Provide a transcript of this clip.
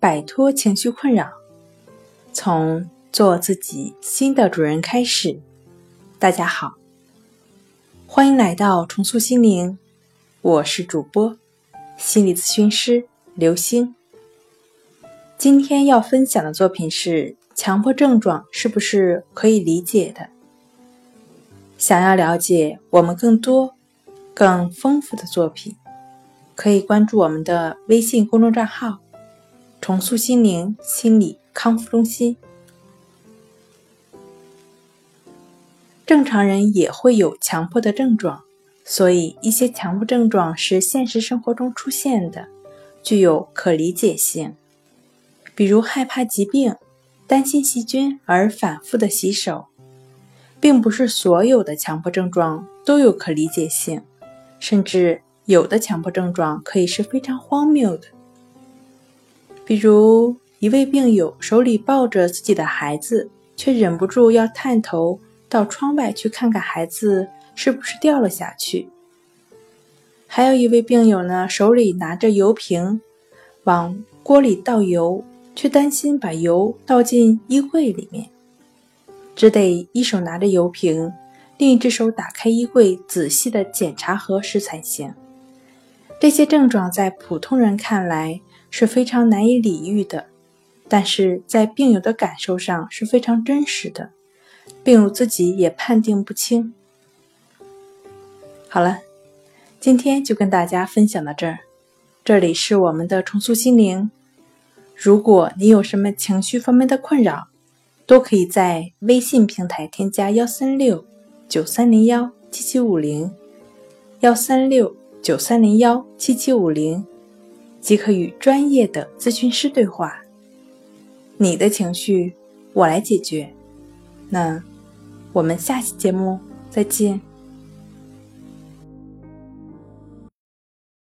摆脱情绪困扰，从做自己新的主人开始。大家好，欢迎来到重塑心灵，我是主播心理咨询师刘星。今天要分享的作品是强迫症状是不是可以理解的？想要了解我们更多更丰富的作品，可以关注我们的微信公众账号重塑心灵心理康复中心。正常人也会有强迫的症状，所以一些强迫症状是现实生活中出现的，具有可理解性。比如害怕疾病，担心细菌而反复的洗手。并不是所有的强迫症状都有可理解性，甚至有的强迫症状可以是非常荒谬的。比如一位病友手里抱着自己的孩子，却忍不住要探头到窗外去看看孩子是不是掉了下去。还有一位病友呢，手里拿着油瓶往锅里倒油，却担心把油倒进衣柜里面，只得一手拿着油瓶，另一只手打开衣柜，仔细地检查核实才行。这些症状在普通人看来是非常难以理喻的，但是在病友的感受上是非常真实的，病友自己也判定不清。好了，今天就跟大家分享到这儿。这里是我们的重塑心灵，如果你有什么情绪方面的困扰，都可以在微信平台添加136-9301-7750 136-9301-7750，即可与专业的咨询师对话。你的情绪我来解决。那我们下期节目再见。